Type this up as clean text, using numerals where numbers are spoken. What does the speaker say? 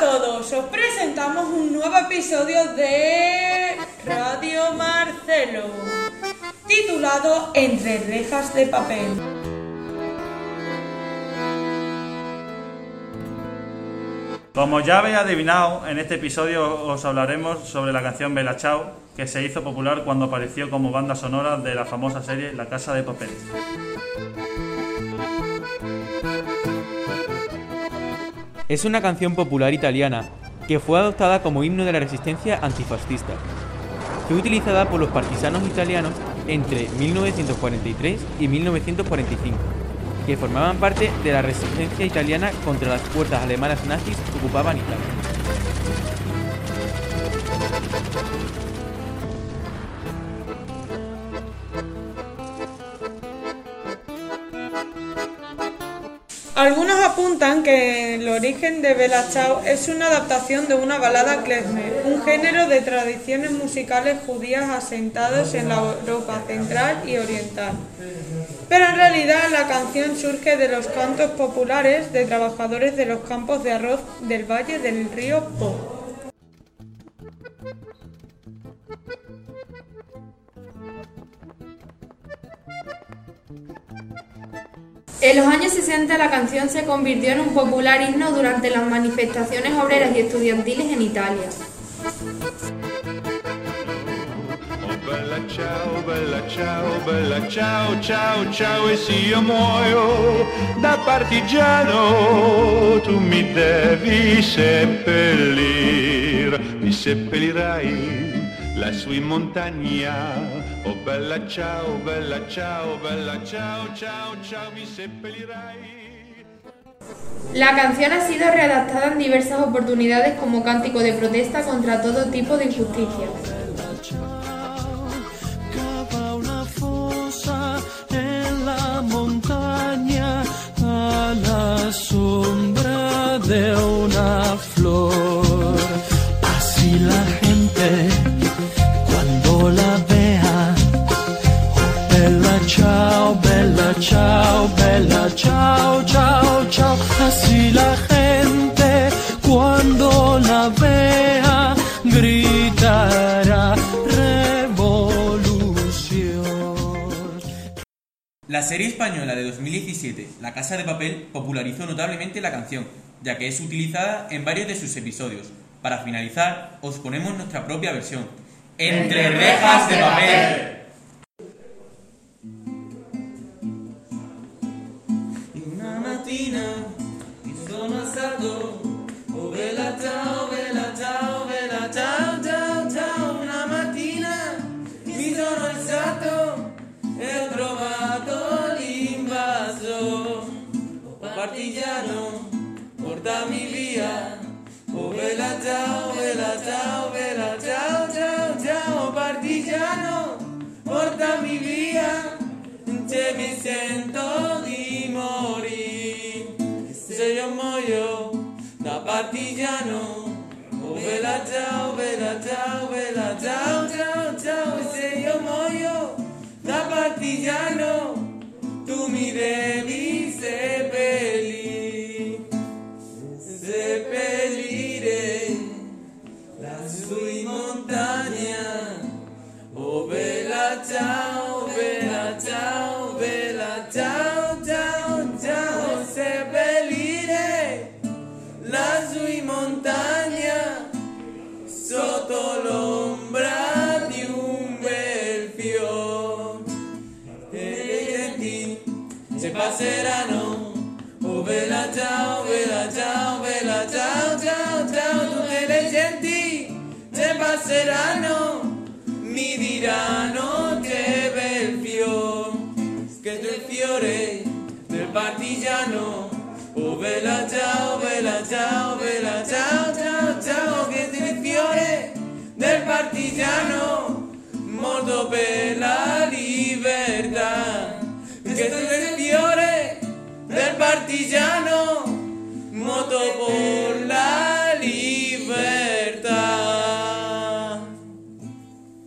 todos, os presentamos un nuevo episodio de Radio Marcelo, titulado Entre rejas de papel. Como ya habéis adivinado, en este episodio os hablaremos sobre la canción Bella Ciao, que se hizo popular cuando apareció como banda sonora de la famosa serie La Casa de Papel. Es una canción popular italiana que fue adoptada como himno de la resistencia antifascista. Fue utilizada por los partisanos italianos entre 1943 y 1945, que formaban parte de la resistencia italiana contra las fuerzas alemanas nazis que ocupaban Italia. Algunos apuntan que el origen de Bella Ciao es una adaptación de una balada klezmer, un género de tradiciones musicales judías asentados en la Europa central y oriental. Pero en realidad la canción surge de los cantos populares de trabajadores de los campos de arroz del valle del río Po. En los años 60 la canción se convirtió en un popular himno durante las manifestaciones obreras y estudiantiles en Italia. Bella ciao, ciao, ciao, e se io muoio da partigiano, tu mi devi seppellir, mi seppellirai lassù in montagna. Oh bella ciao, ciao, ciao, ciao, mi seppellirai. La canción ha sido redactada en diversas oportunidades como cántico de protesta contra todo tipo de injusticia. A la sombra de una flor, así la gente cuando la vea, oh bella ciao, bella ciao, ciao, ciao, así la gente cuando la vea gritará revolución. La serie española de 2017, La Casa de Papel, popularizó notablemente la canción, ya que es utilizada en varios de sus episodios. Para finalizar, os ponemos nuestra propia versión, Entre rejas de papel. Una mattina mi sono alzato, oh bella ciao, ciao, ciao, ciao. Una mattina mi sono alzato e ho trovato l'invaso. Oh partigiano, portami via. Oh bella ciao, ciao, ciao, ciao. Partigiano, portami via. Se mi sento di morire. Se io muoio da partigiano. Oh bella ciao, ciao, ciao, ciao. Se io muoio da partigiano, tu mi devi seppellire lassù in montagna. Oh bella ciao, ciao, ciao, ciao, seppellire lassù in montagna sotto l'ombra di un bel fiore. Se passeranno, oh bella ciao, ciao, ciao, ciao, tutte le genti se passeranno, mi diranno che bel fiore, che è il fiore del partigiano. Oh bella ciao, ciao, ciao, ciao, che è il fiore del partigiano, morto per la libertà. Che è il fiore del partigiano, morto per